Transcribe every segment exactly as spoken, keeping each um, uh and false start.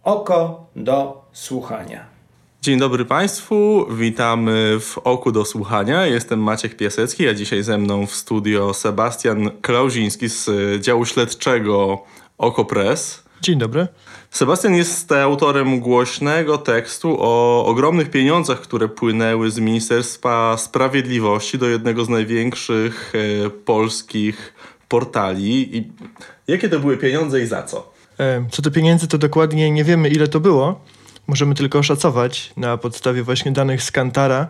Oko do słuchania. Dzień dobry Państwu, witamy w Oku do Słuchania. Jestem Maciek Piasecki, a dzisiaj ze mną w studio Sebastian Klauziński z działu śledczego Okopres. Dzień dobry. Sebastian jest autorem głośnego tekstu o ogromnych pieniądzach, które płynęły z Ministerstwa Sprawiedliwości do jednego z największych e, polskich portali. I jakie to były pieniądze i za co? Co do pieniędzy, to dokładnie nie wiemy, ile to było. Możemy tylko oszacować na podstawie właśnie danych z Kantara.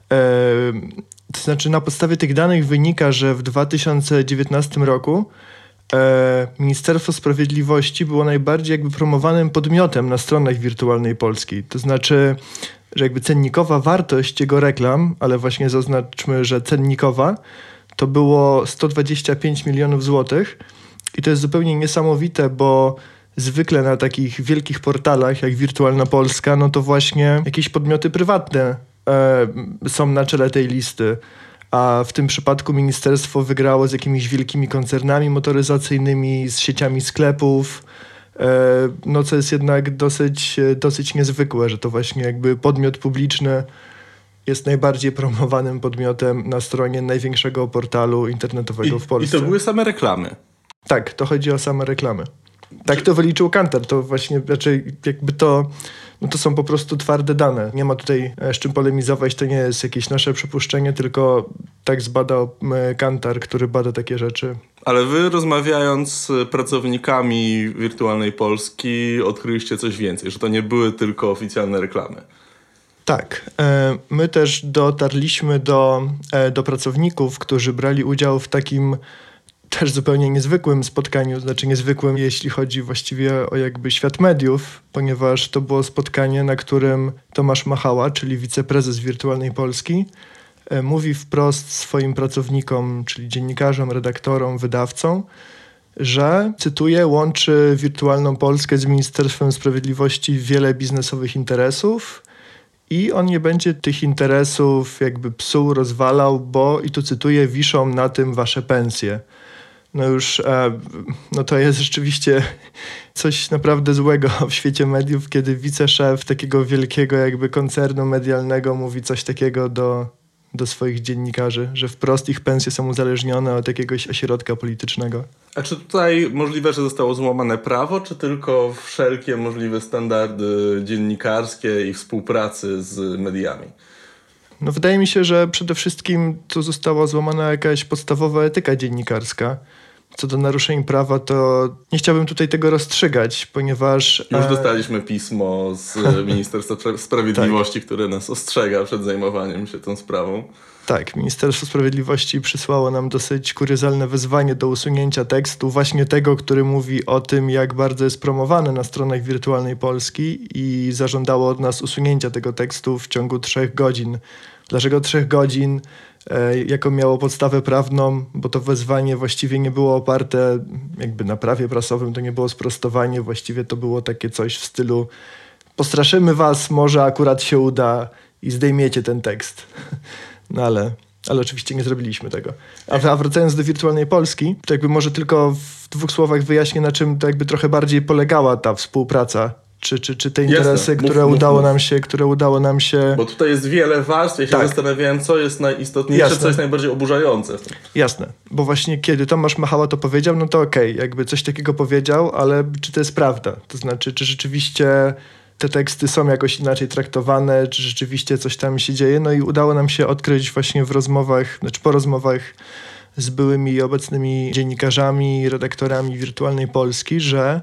To znaczy na podstawie tych danych wynika, że w dwa tysiące dziewiętnastym roku Ministerstwo Sprawiedliwości było najbardziej jakby promowanym podmiotem na stronach Wirtualnej Polski. To znaczy, że jakby cennikowa wartość jego reklam, ale właśnie zaznaczmy, że cennikowa, to było sto dwadzieścia pięć milionów złotych. I to jest zupełnie niesamowite, bo zwykle na takich wielkich portalach jak Wirtualna Polska, no to właśnie jakieś podmioty prywatne e, są na czele tej listy. A w tym przypadku ministerstwo wygrało z jakimiś wielkimi koncernami motoryzacyjnymi, z sieciami sklepów, e, no co jest jednak dosyć, dosyć niezwykłe, że to właśnie jakby podmiot publiczny jest najbardziej promowanym podmiotem na stronie największego portalu internetowego I, w Polsce. I to były same reklamy. Tak, to chodzi o same reklamy. Tak to wyliczył Kantar, to właśnie, znaczy jakby to, no to są po prostu twarde dane. Nie ma tutaj z czym polemizować, to nie jest jakieś nasze przypuszczenie, tylko tak zbadał Kantar, który bada takie rzeczy. Ale wy, rozmawiając z pracownikami Wirtualnej Polski, odkryliście coś więcej, że to nie były tylko oficjalne reklamy. Tak. My też dotarliśmy do, do pracowników, którzy brali udział w takim też zupełnie niezwykłym spotkaniu, znaczy niezwykłym, jeśli chodzi właściwie o jakby świat mediów, ponieważ to było spotkanie, na którym Tomasz Machała, czyli wiceprezes Wirtualnej Polski, mówi wprost swoim pracownikom, czyli dziennikarzom, redaktorom, wydawcom, że, cytuję, łączy Wirtualną Polskę z Ministerstwem Sprawiedliwości wiele biznesowych interesów i on nie będzie tych interesów jakby psuł, rozwalał, bo, i tu cytuję, wiszą na tym wasze pensje. No już, no to jest rzeczywiście coś naprawdę złego w świecie mediów, kiedy wiceszef takiego wielkiego jakby koncernu medialnego mówi coś takiego do, do swoich dziennikarzy, że wprost ich pensje są uzależnione od jakiegoś ośrodka politycznego. A czy tutaj możliwe, że zostało złamane prawo, czy tylko wszelkie możliwe standardy dziennikarskie i współpracy z mediami? No wydaje mi się, że przede wszystkim tu została złamana jakaś podstawowa etyka dziennikarska. Co do naruszeń prawa, to nie chciałbym tutaj tego rozstrzygać, ponieważ... Już dostaliśmy pismo z Ministerstwa Sprawiedliwości, tak, które nas ostrzega przed zajmowaniem się tą sprawą. Tak, Ministerstwo Sprawiedliwości przysłało nam dosyć kuriozalne wezwanie do usunięcia tekstu, właśnie tego, który mówi o tym, jak bardzo jest promowany na stronach Wirtualnej Polski i zażądało od nas usunięcia tego tekstu w ciągu trzech godzin. Dlaczego trzech godzin? E, jaką miało podstawę prawną, bo to wezwanie właściwie nie było oparte jakby na prawie prasowym, to nie było sprostowanie, właściwie to było takie coś w stylu postraszymy was, może akurat się uda i zdejmiecie ten tekst. No ale, ale oczywiście nie zrobiliśmy tego. A, a wracając do Wirtualnej Polski, to jakby może tylko w dwóch słowach wyjaśnię, na czym to jakby trochę bardziej polegała ta współpraca. Czy, czy, czy te interesy, Jasne. które mów, udało mów, nam mów. się, które udało nam się... Bo tutaj jest wiele warstw, ja się tak. zastanawiałem, co jest najistotniejsze, Jasne. co jest najbardziej oburzające w tym. Jasne, bo właśnie kiedy Tomasz Machała to powiedział, no to okej, okay, jakby coś takiego powiedział, ale czy to jest prawda? To znaczy, czy rzeczywiście te teksty są jakoś inaczej traktowane, czy rzeczywiście coś tam się dzieje? No i udało nam się odkryć właśnie w rozmowach, znaczy po rozmowach z byłymi i obecnymi dziennikarzami, redaktorami Wirtualnej Polski, że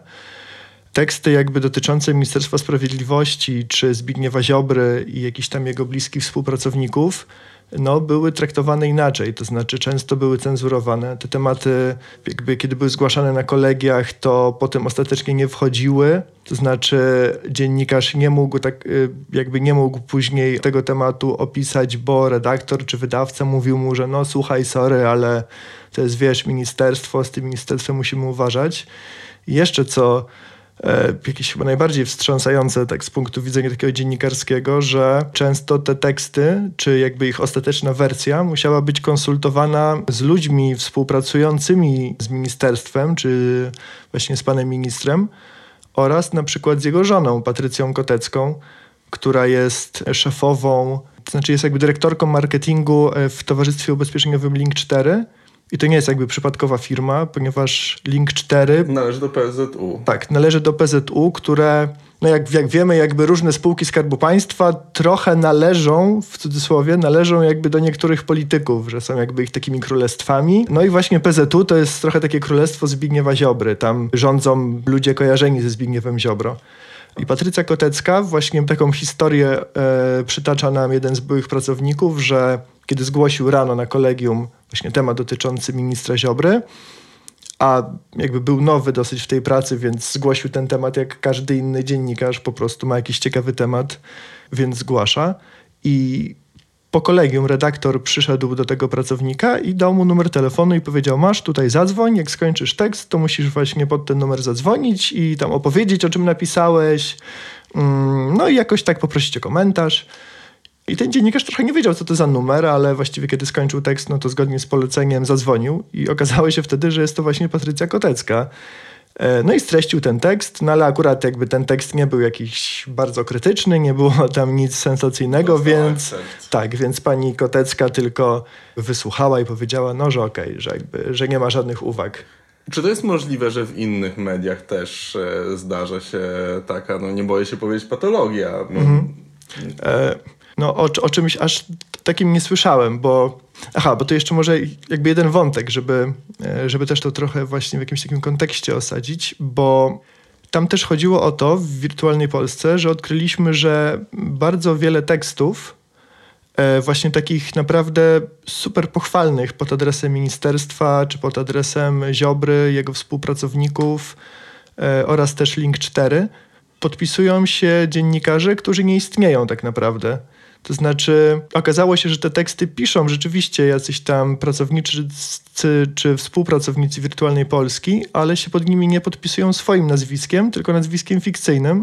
teksty jakby dotyczące Ministerstwa Sprawiedliwości czy Zbigniewa Ziobry i jakichś tam jego bliskich współpracowników no, były traktowane inaczej, to znaczy często były cenzurowane. Te tematy jakby kiedy były zgłaszane na kolegiach, to potem ostatecznie nie wchodziły, to znaczy dziennikarz nie mógł tak jakby nie mógł później tego tematu opisać, bo redaktor czy wydawca mówił mu, że no słuchaj, sorry, ale to jest, wiesz, ministerstwo, z tym ministerstwem musimy uważać. I jeszcze co E, jakieś chyba najbardziej wstrząsające tak z punktu widzenia takiego dziennikarskiego, że często te teksty, czy jakby ich ostateczna wersja musiała być konsultowana z ludźmi współpracującymi z ministerstwem, czy właśnie z panem ministrem, oraz na przykład z jego żoną, Patrycją Kotecką, która jest szefową, to znaczy jest jakby dyrektorką marketingu w Towarzystwie Ubezpieczeniowym Link cztery. I to nie jest jakby przypadkowa firma, ponieważ Link cztery... Należy do P Z U. Tak, należy do P Z U, które, no jak, jak wiemy, jakby różne spółki Skarbu Państwa trochę należą, w cudzysłowie, należą jakby do niektórych polityków, że są jakby ich takimi królestwami. No i właśnie P Z U to jest trochę takie królestwo Zbigniewa Ziobry. Tam rządzą ludzie kojarzeni ze Zbigniewem Ziobro. I Patrycja Kotecka właśnie taką historię e, przytacza nam jeden z byłych pracowników, że kiedy zgłosił rano na kolegium właśnie temat dotyczący ministra Ziobry, a jakby był nowy dosyć w tej pracy, więc zgłosił ten temat jak każdy inny dziennikarz, po prostu ma jakiś ciekawy temat, więc zgłasza. I po kolegium redaktor przyszedł do tego pracownika i dał mu numer telefonu i powiedział: masz, tutaj zadzwoń, jak skończysz tekst, to musisz właśnie pod ten numer zadzwonić i tam opowiedzieć, o czym napisałeś. No i jakoś tak poprosić o komentarz. I ten dziennikarz trochę nie wiedział, co to za numer, ale właściwie kiedy skończył tekst, no to zgodnie z poleceniem zadzwonił i okazało się wtedy, że jest to właśnie Patrycja Kotecka. No i streścił ten tekst, no ale akurat jakby ten tekst nie był jakiś bardzo krytyczny, nie było tam nic sensacyjnego, więc akcent. Tak, więc pani Kotecka tylko wysłuchała i powiedziała, no że okej, okay, że jakby, że nie ma żadnych uwag. Czy to jest możliwe, że w innych mediach też e, zdarza się taka, no nie boję się powiedzieć, patologia? No, mhm. e, no o, o czymś aż takim nie słyszałem, bo aha, bo to jeszcze może jakby jeden wątek, żeby, żeby też to trochę właśnie w jakimś takim kontekście osadzić, bo tam też chodziło o to w Wirtualnej Polsce, że odkryliśmy, że bardzo wiele tekstów właśnie takich naprawdę super pochwalnych pod adresem ministerstwa, czy pod adresem Ziobry, jego współpracowników oraz też Link cztery podpisują się dziennikarze, którzy nie istnieją tak naprawdę. To znaczy okazało się, że te teksty piszą rzeczywiście jacyś tam pracownicy czy współpracownicy Wirtualnej Polski, ale się pod nimi nie podpisują swoim nazwiskiem, tylko nazwiskiem fikcyjnym.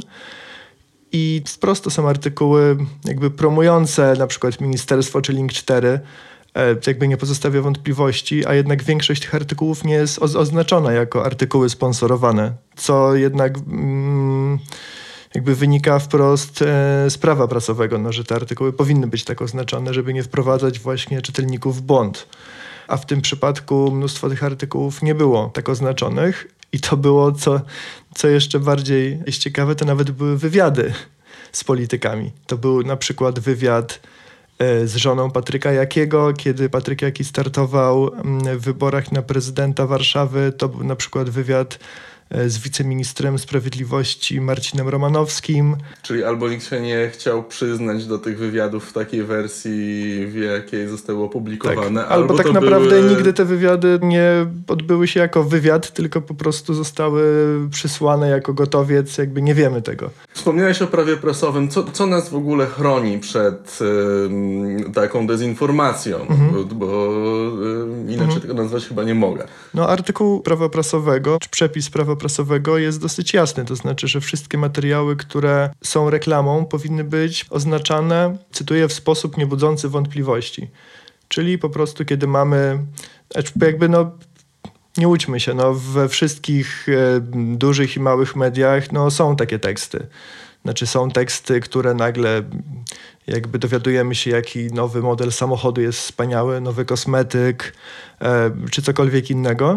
I prosto są artykuły jakby promujące na przykład ministerstwo czy Link cztery, jakby nie pozostawia wątpliwości, a jednak większość tych artykułów nie jest oznaczona jako artykuły sponsorowane, co jednak mm, jakby wynika wprost e, z prawa prasowego, no, że te artykuły powinny być tak oznaczone, żeby nie wprowadzać właśnie czytelników w błąd. A w tym przypadku mnóstwo tych artykułów nie było tak oznaczonych i to było, co, co jeszcze bardziej jest ciekawe, to nawet były wywiady z politykami. To był na przykład wywiad e, z żoną Patryka Jakiego, kiedy Patryk Jaki startował w wyborach na prezydenta Warszawy, to był na przykład wywiad z wiceministrem sprawiedliwości Marcinem Romanowskim. Czyli albo nikt się nie chciał przyznać do tych wywiadów w takiej wersji, w jakiej zostały opublikowane. Tak. Albo, albo tak naprawdę były... nigdy te wywiady nie odbyły się jako wywiad, tylko po prostu zostały przysłane jako gotowiec, jakby nie wiemy tego. Wspomniałeś o prawie prasowym. Co, co nas w ogóle chroni przed y, taką dezinformacją? Mhm. Bo, bo y, inaczej mhm. tego nazwać chyba nie mogę. No artykuł prawa prasowego, czy przepis prawa prasowego jest dosyć jasny. To znaczy, że wszystkie materiały, które są reklamą, powinny być oznaczane, cytuję, w sposób niebudzący wątpliwości. Czyli po prostu, kiedy mamy, jakby no, nie łudźmy się, no, we wszystkich e, dużych i małych mediach no, są takie teksty. Znaczy są teksty, które nagle jakby dowiadujemy się, jaki nowy model samochodu jest wspaniały, nowy kosmetyk, e, czy cokolwiek innego.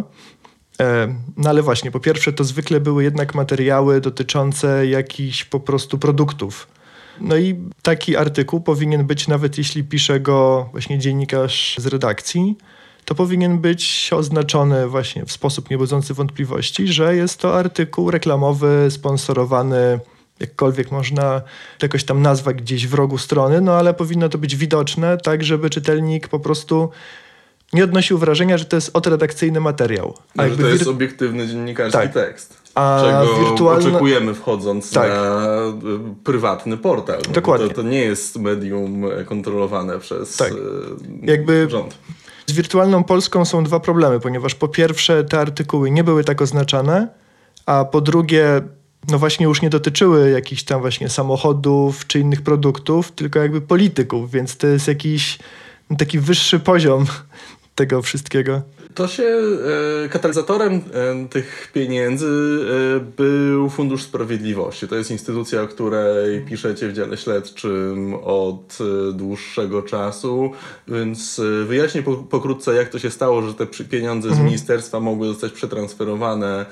No ale właśnie, po pierwsze to zwykle były jednak materiały dotyczące jakichś po prostu produktów. No i taki artykuł powinien być, nawet jeśli pisze go właśnie dziennikarz z redakcji, to powinien być oznaczony właśnie w sposób niebudzący wątpliwości, że jest to artykuł reklamowy, sponsorowany, jakkolwiek można jakoś tam nazwać gdzieś w rogu strony, no ale powinno to być widoczne, tak żeby czytelnik po prostu nie odnosił wrażenia, że to jest odredakcyjny materiał. A no, że to jest wir... obiektywny dziennikarski tak. tekst. A czego wirtualna... oczekujemy wchodząc tak. na prywatny portal. Dokładnie. To, to nie jest medium kontrolowane przez tak. jakby rząd. Z Wirtualną Polską są dwa problemy, ponieważ po pierwsze te artykuły nie były tak oznaczane, a po drugie no właśnie już nie dotyczyły jakichś tam właśnie samochodów czy innych produktów, tylko jakby polityków, więc to jest jakiś taki wyższy poziom tego wszystkiego. To się e, katalizatorem e, tych pieniędzy e, był był Fundusz Sprawiedliwości. To jest instytucja, o której piszecie w dziale śledczym od dłuższego czasu, więc wyjaśnię po, pokrótce, jak to się stało, że te pieniądze z mhm. ministerstwa mogły zostać przetransferowane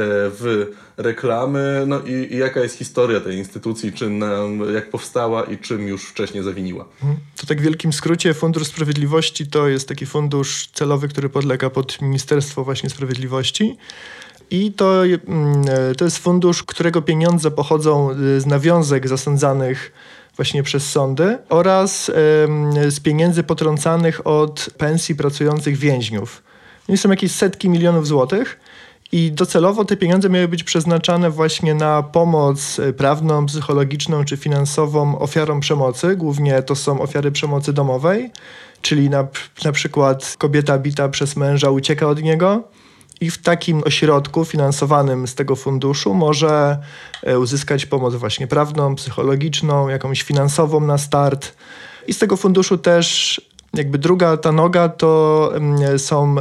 w reklamy, no i, i jaka jest historia tej instytucji, czym, jak powstała i czym już wcześniej zawiniła. To tak w wielkim skrócie Fundusz Sprawiedliwości to jest taki fundusz celowy, który podlega pod Ministerstwo właśnie Sprawiedliwości. I to, to jest fundusz, którego pieniądze pochodzą z nawiązek zasądzanych właśnie przez sądy oraz z pieniędzy potrącanych od pensji pracujących więźniów. To są jakieś setki milionów złotych i docelowo te pieniądze miały być przeznaczane właśnie na pomoc prawną, psychologiczną czy finansową ofiarom przemocy. Głównie to są ofiary przemocy domowej, czyli na, na przykład kobieta bita przez męża ucieka od niego, i w takim ośrodku finansowanym z tego funduszu może uzyskać pomoc właśnie prawną, psychologiczną, jakąś finansową na start. I z tego funduszu też jakby druga ta noga to są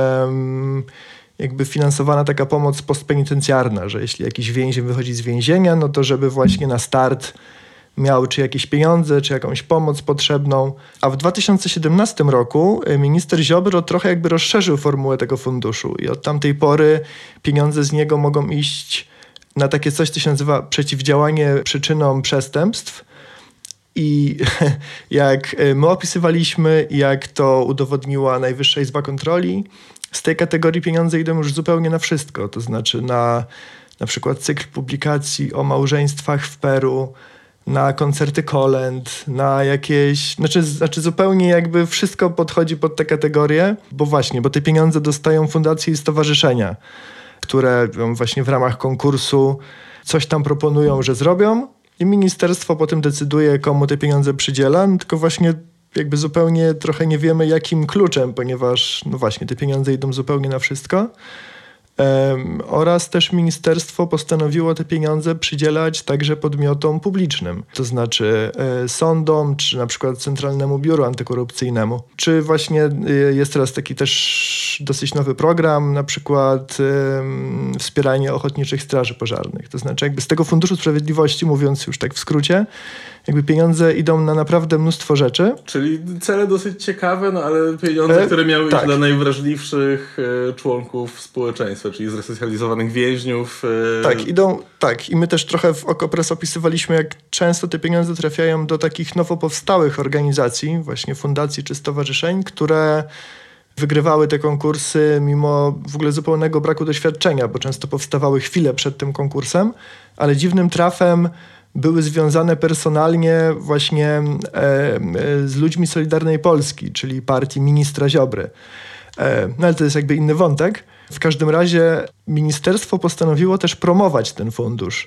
um, jakby finansowana taka pomoc postpenitencjarna, że jeśli jakiś więzień wychodzi z więzienia, no to żeby właśnie na start miał czy jakieś pieniądze, czy jakąś pomoc potrzebną. A w dwa tysiące siedemnastym roku minister Ziobro trochę jakby rozszerzył formułę tego funduszu i od tamtej pory pieniądze z niego mogą iść na takie coś, co się nazywa przeciwdziałanie przyczynom przestępstw. I jak my opisywaliśmy, jak to udowodniła Najwyższa Izba Kontroli, z tej kategorii pieniądze idą już zupełnie na wszystko. To znaczy na na przykład cykl publikacji o małżeństwach w Peru, na koncerty kolęd, na jakieś... Znaczy, znaczy zupełnie jakby wszystko podchodzi pod tę kategorię, bo właśnie, bo te pieniądze dostają fundacje i stowarzyszenia, które właśnie w ramach konkursu coś tam proponują, że zrobią i ministerstwo potem decyduje, komu te pieniądze przydziela, no tylko właśnie jakby zupełnie trochę nie wiemy jakim kluczem, ponieważ no właśnie te pieniądze idą zupełnie na wszystko. Um, oraz też ministerstwo postanowiło te pieniądze przydzielać także podmiotom publicznym, to znaczy e, sądom, czy na przykład Centralnemu Biuru Antykorupcyjnemu. Czy właśnie e, jest teraz taki też dosyć nowy program, na przykład e, wspieranie ochotniczych straży pożarnych. To znaczy jakby z tego Funduszu Sprawiedliwości, mówiąc już tak w skrócie, jakby pieniądze idą na naprawdę mnóstwo rzeczy. Czyli cele dosyć ciekawe, no ale pieniądze, e, które miały tak. iść dla najwrażliwszych e, członków społeczeństwa, czyli zresocjalizowanych więźniów. E... Tak, idą, tak. I my też trochę w Okopres opisywaliśmy, jak często te pieniądze trafiają do takich nowo powstałych organizacji, właśnie fundacji czy stowarzyszeń, które wygrywały te konkursy mimo w ogóle zupełnego braku doświadczenia, bo często powstawały chwilę przed tym konkursem, ale dziwnym trafem były związane personalnie właśnie e, e, z ludźmi Solidarnej Polski, czyli partii ministra Ziobry. E, no ale to jest jakby inny wątek. W każdym razie ministerstwo postanowiło też promować ten fundusz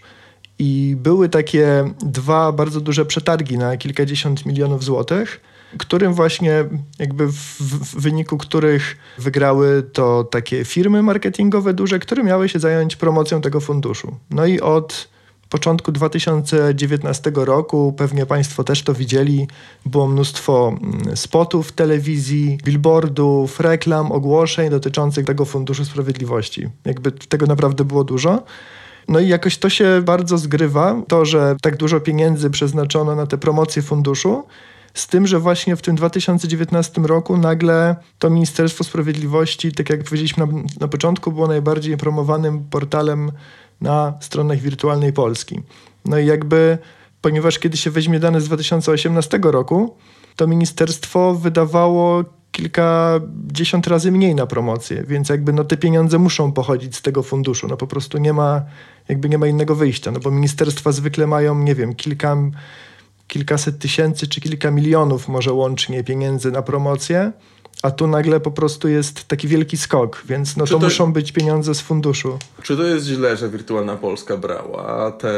i były takie dwa bardzo duże przetargi na kilkadziesiąt milionów złotych, którym właśnie jakby w, w wyniku których wygrały to takie firmy marketingowe duże, które miały się zająć promocją tego funduszu. No i od początku dwa tysiące dziewiętnastego roku, pewnie Państwo też to widzieli, było mnóstwo spotów w telewizji, billboardów, reklam, ogłoszeń dotyczących tego Funduszu Sprawiedliwości. Jakby tego naprawdę było dużo. No i jakoś to się bardzo zgrywa, to, że tak dużo pieniędzy przeznaczono na tę promocję funduszu, z tym, że właśnie w tym dwa tysiące dziewiętnastym roku nagle to Ministerstwo Sprawiedliwości, tak jak powiedzieliśmy na, na początku, było najbardziej promowanym portalem na stronach wirtualnej Polski. No i jakby, ponieważ kiedy się weźmie dane z dwa tysiące osiemnastego roku, to ministerstwo wydawało kilkadziesiąt razy mniej na promocję, więc jakby no te pieniądze muszą pochodzić z tego funduszu. No po prostu nie ma, jakby nie ma innego wyjścia, no bo ministerstwa zwykle mają, nie wiem, kilka, kilkaset tysięcy czy kilka milionów może łącznie pieniędzy na promocję, a tu nagle po prostu jest taki wielki skok, więc no to, to muszą być pieniądze z funduszu. Czy to jest źle, że Wirtualna Polska brała te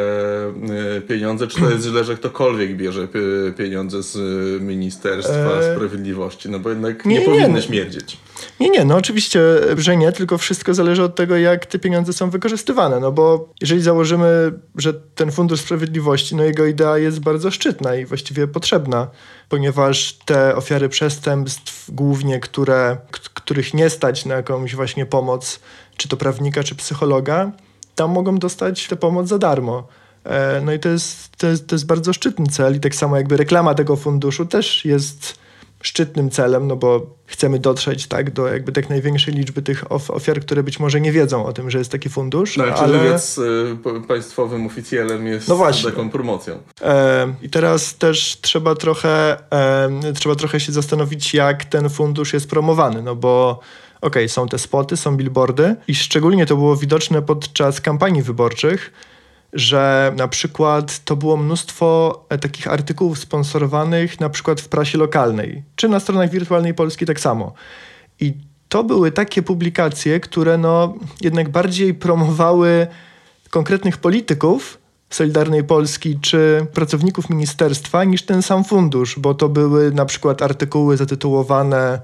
y, pieniądze, czy to jest źle, że ktokolwiek bierze p- pieniądze z Ministerstwa eee... Sprawiedliwości? No bo jednak nie, nie powinny nie. śmierdzieć. Nie, nie, no oczywiście, że nie, tylko wszystko zależy od tego, jak te pieniądze są wykorzystywane, no bo jeżeli założymy, że ten Fundusz Sprawiedliwości, no jego idea jest bardzo szczytna i właściwie potrzebna, ponieważ te ofiary przestępstw głównie, które, k- których nie stać na jakąś właśnie pomoc, czy to prawnika, czy psychologa, tam mogą dostać tę pomoc za darmo. No i to jest, to jest, to jest bardzo szczytny cel i tak samo jakby reklama tego funduszu też jest szczytnym celem, no bo chcemy dotrzeć tak do jakby tak największej liczby tych of- ofiar, które być może nie wiedzą o tym, że jest taki fundusz. No, ale wywiad y, państwowym oficjelem jest no właśnie. taką promocją. E, I teraz też trzeba trochę, e, trzeba trochę się zastanowić, jak ten fundusz jest promowany, no bo okej, okay, są te spoty, są billboardy i szczególnie to było widoczne podczas kampanii wyborczych, że na przykład to było mnóstwo takich artykułów sponsorowanych na przykład w prasie lokalnej, czy na stronach Wirtualnej Polski tak samo. I to były takie publikacje, które no jednak bardziej promowały konkretnych polityków Solidarnej Polski czy pracowników ministerstwa niż ten sam fundusz, bo to były na przykład artykuły zatytułowane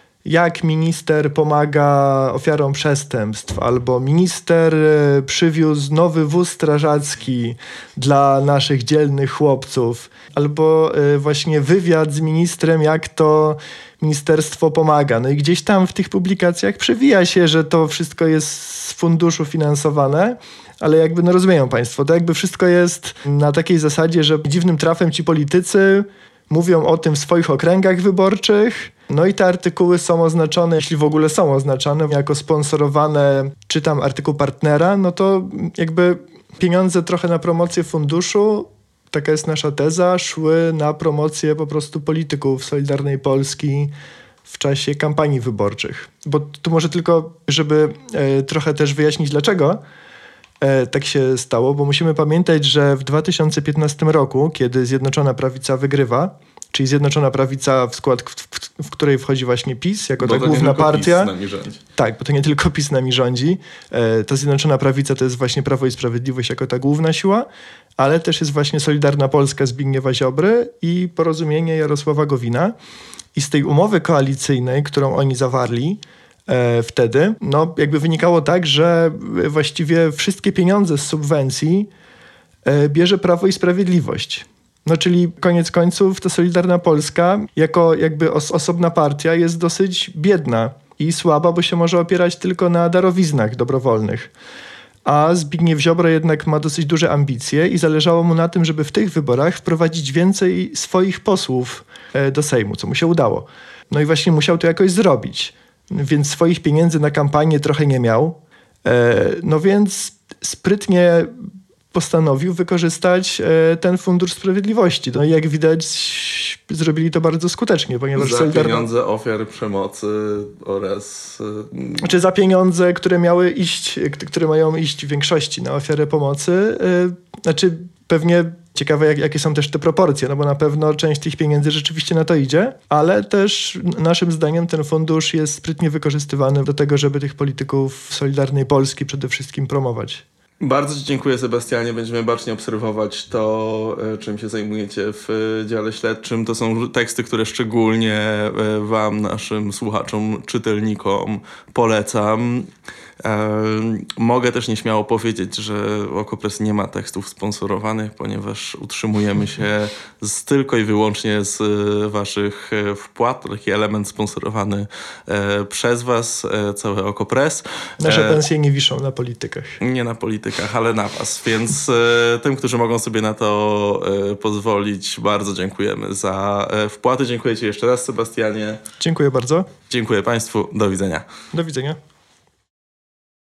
jak minister pomaga ofiarom przestępstw, albo minister przywiózł nowy wóz strażacki dla naszych dzielnych chłopców, albo właśnie wywiad z ministrem, jak to ministerstwo pomaga. No i gdzieś tam w tych publikacjach przewija się, że to wszystko jest z funduszu finansowane, ale jakby, no rozumieją państwo, to jakby wszystko jest na takiej zasadzie, że dziwnym trafem ci politycy mówią o tym w swoich okręgach wyborczych, no i te artykuły są oznaczone, jeśli w ogóle są oznaczane, jako sponsorowane, czy tam artykuł partnera, no to jakby pieniądze trochę na promocję funduszu, taka jest nasza teza, szły na promocję po prostu polityków Solidarnej Polski w czasie kampanii wyborczych. Bo tu może tylko, żeby e, trochę też wyjaśnić dlaczego e, tak się stało, bo musimy pamiętać, że w dwa tysiące piętnastym roku, kiedy Zjednoczona Prawica wygrywa, czyli Zjednoczona Prawica, w skład w, w, w której wchodzi właśnie PiS, jako bo ta główna partia. PiS nami rządzi. Tak, bo to nie tylko PiS nami rządzi. E, ta Zjednoczona Prawica to jest właśnie Prawo i Sprawiedliwość jako ta główna siła, ale też jest właśnie Solidarna Polska Zbigniewa Ziobry i Porozumienie Jarosława Gowina. I z tej umowy koalicyjnej, którą oni zawarli e, wtedy, no jakby wynikało tak, że właściwie wszystkie pieniądze z subwencji e, bierze Prawo i Sprawiedliwość. No czyli koniec końców ta Solidarna Polska jako jakby os- osobna partia jest dosyć biedna i słaba, bo się może opierać tylko na darowiznach dobrowolnych. A Zbigniew Ziobro jednak ma dosyć duże ambicje i zależało mu na tym, żeby w tych wyborach wprowadzić więcej swoich posłów e, do Sejmu, co mu się udało. No i właśnie musiał to jakoś zrobić, więc swoich pieniędzy na kampanię trochę nie miał. E, no więc sprytnie postanowił wykorzystać e, ten Fundusz Sprawiedliwości. No i jak widać zrobili to bardzo skutecznie, ponieważ za Solidarna... pieniądze ofiar przemocy oraz... Yy... Znaczy za pieniądze, które miały iść, które mają iść w większości na ofiarę pomocy. Yy, znaczy pewnie ciekawe, jak, jakie są też te proporcje, no bo na pewno część tych pieniędzy rzeczywiście na to idzie, ale też naszym zdaniem ten fundusz jest sprytnie wykorzystywany do tego, żeby tych polityków Solidarnej Polski przede wszystkim promować. Bardzo Ci dziękuję, Sebastianie. Będziemy bacznie obserwować to, czym się zajmujecie w dziale śledczym. To są teksty, które szczególnie Wam, naszym słuchaczom, czytelnikom polecam. Mogę też nieśmiało powiedzieć, że Okopres nie ma tekstów sponsorowanych, ponieważ utrzymujemy się z, tylko i wyłącznie z Waszych wpłat. To taki element sponsorowany przez Was, cały Okopres. Nasze pensje nie wiszą na politykach. Nie na politykach, ale na Was. Więc tym, którzy mogą sobie na to pozwolić, bardzo dziękujemy za wpłaty. Dziękuję Ci jeszcze raz, Sebastianie. Dziękuję bardzo. Dziękuję Państwu. Do widzenia. Do widzenia.